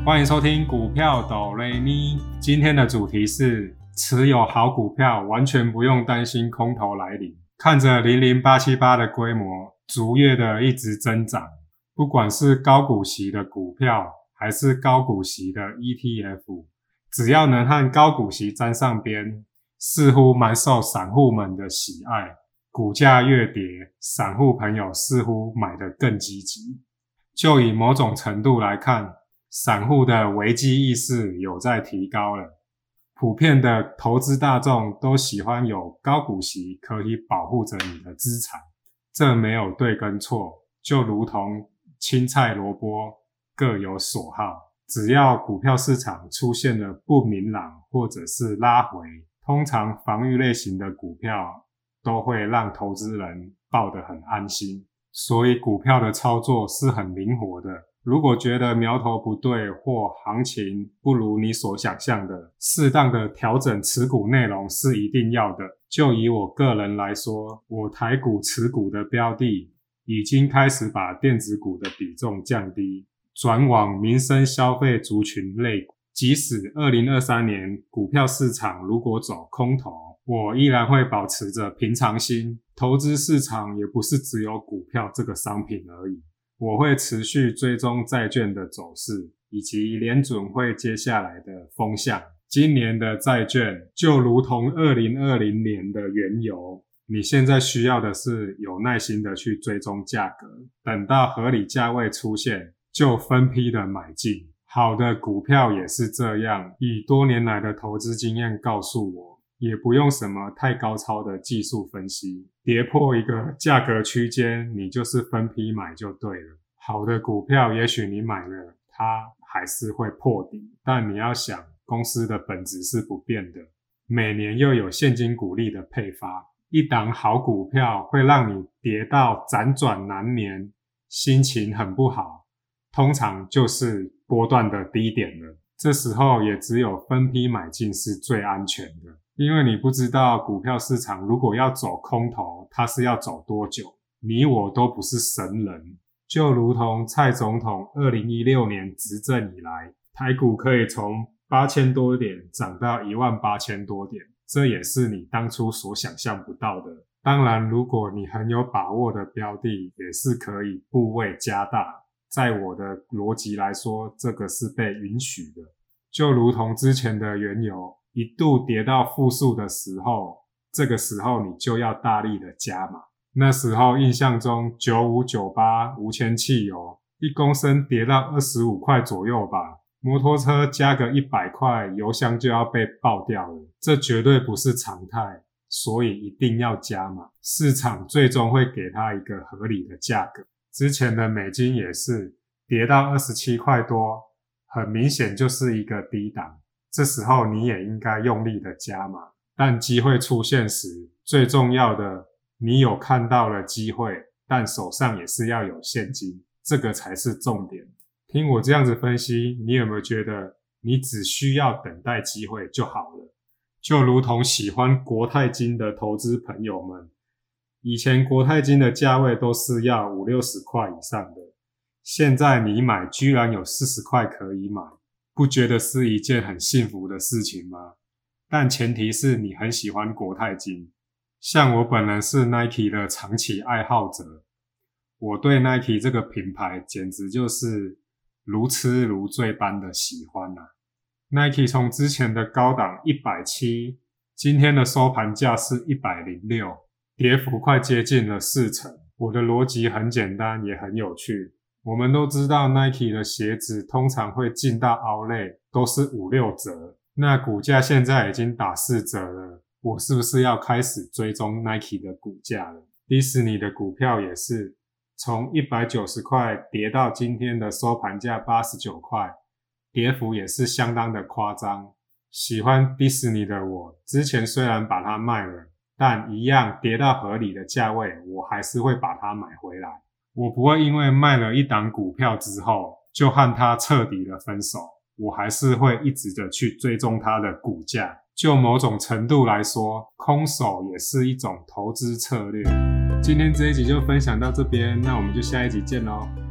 欢迎收听股票哆来咪，今天的主题是持有好股票完全不用担心空头来临。看着00878的规模逐月的一直增长，不管是高股息的股票还是高股息的 ETF， 只要能和高股息沾上边，似乎蛮受散户们的喜爱。股价越跌，散户朋友似乎买得更积极。就以某种程度来看，散户的危机意识有在提高了。普遍的投资大众都喜欢有高股息可以保护着你的资产，这没有对跟错，就如同青菜萝卜各有所好。只要股票市场出现了不明朗或者是拉回，通常防御类型的股票都会让投资人抱得很安心，所以股票的操作是很灵活的。如果觉得苗头不对或行情不如你所想象的，适当的调整持股内容是一定要的。就以我个人来说，我台股持股的标的已经开始把电子股的比重降低，转往民生消费族群类股。即使2023年股票市场如果走空头，我依然会保持着平常心。投资市场也不是只有股票这个商品而已，我会持续追踪债券的走势，以及联准会接下来的风向。今年的债券就如同2020年的原油，你现在需要的是有耐心的去追踪价格，等到合理价位出现，就分批的买进。好的股票也是这样，以多年来的投资经验告诉我，也不用什么太高超的技术分析，跌破一个价格区间，你就是分批买就对了。好的股票也许你买了，它还是会破底，但你要想，公司的本质是不变的，每年又有现金股利的配发，一档好股票会让你跌到辗转难眠，心情很不好，通常就是波段的低点了。这时候也只有分批买进是最安全的，因为你不知道股票市场如果要走空头，它是要走多久，你我都不是神人。就如同蔡总统2016年执政以来，台股可以从8000多点涨到18000多点，这也是你当初所想象不到的。当然，如果你很有把握的标的，也是可以部位加大，在我的逻辑来说，这个是被允许的。就如同之前的原油一度跌到负数的时候，这个时候你就要大力的加码。那时候印象中95、98无铅汽油1公升跌到25块左右吧，摩托车加个100块，油箱就要被爆掉了，这绝对不是常态，所以一定要加码。市场最终会给它一个合理的价格。之前的美金也是跌到27块多，很明显就是一个低档，这时候你也应该用力的加码。但机会出现时，最重要的，你有看到了机会，但手上也是要有现金，这个才是重点。听我这样子分析，你有没有觉得你只需要等待机会就好了？就如同喜欢国泰金的投资朋友们，以前国泰金的价位都是要50-60块以上的，现在你买居然有40块可以买，不觉得是一件很幸福的事情吗？但前提是你很喜欢国泰金。像我本人是 Nike 的长期爱好者，我对 Nike 这个品牌简直就是如痴如醉般的喜欢啊。Nike 从之前的高档170，今天的收盘价是106，跌幅快接近了40%。我的逻辑很简单，也很有趣。我们都知道 Nike 的鞋子通常会进到 Outlet 都是5-6折，那股价现在已经打4折了，我是不是要开始追踪 Nike 的股价了？迪士尼的股票也是从190块跌到今天的收盘价89块，跌幅也是相当的夸张。喜欢迪士尼的我，之前虽然把它卖了，但一样跌到合理的价位，我还是会把它买回来。我不会因为卖了一档股票之后，就和它彻底的分手，我还是会一直的去追踪它的股价。就某种程度来说，空手也是一种投资策略。今天这一集就分享到这边，那我们就下一集见咯。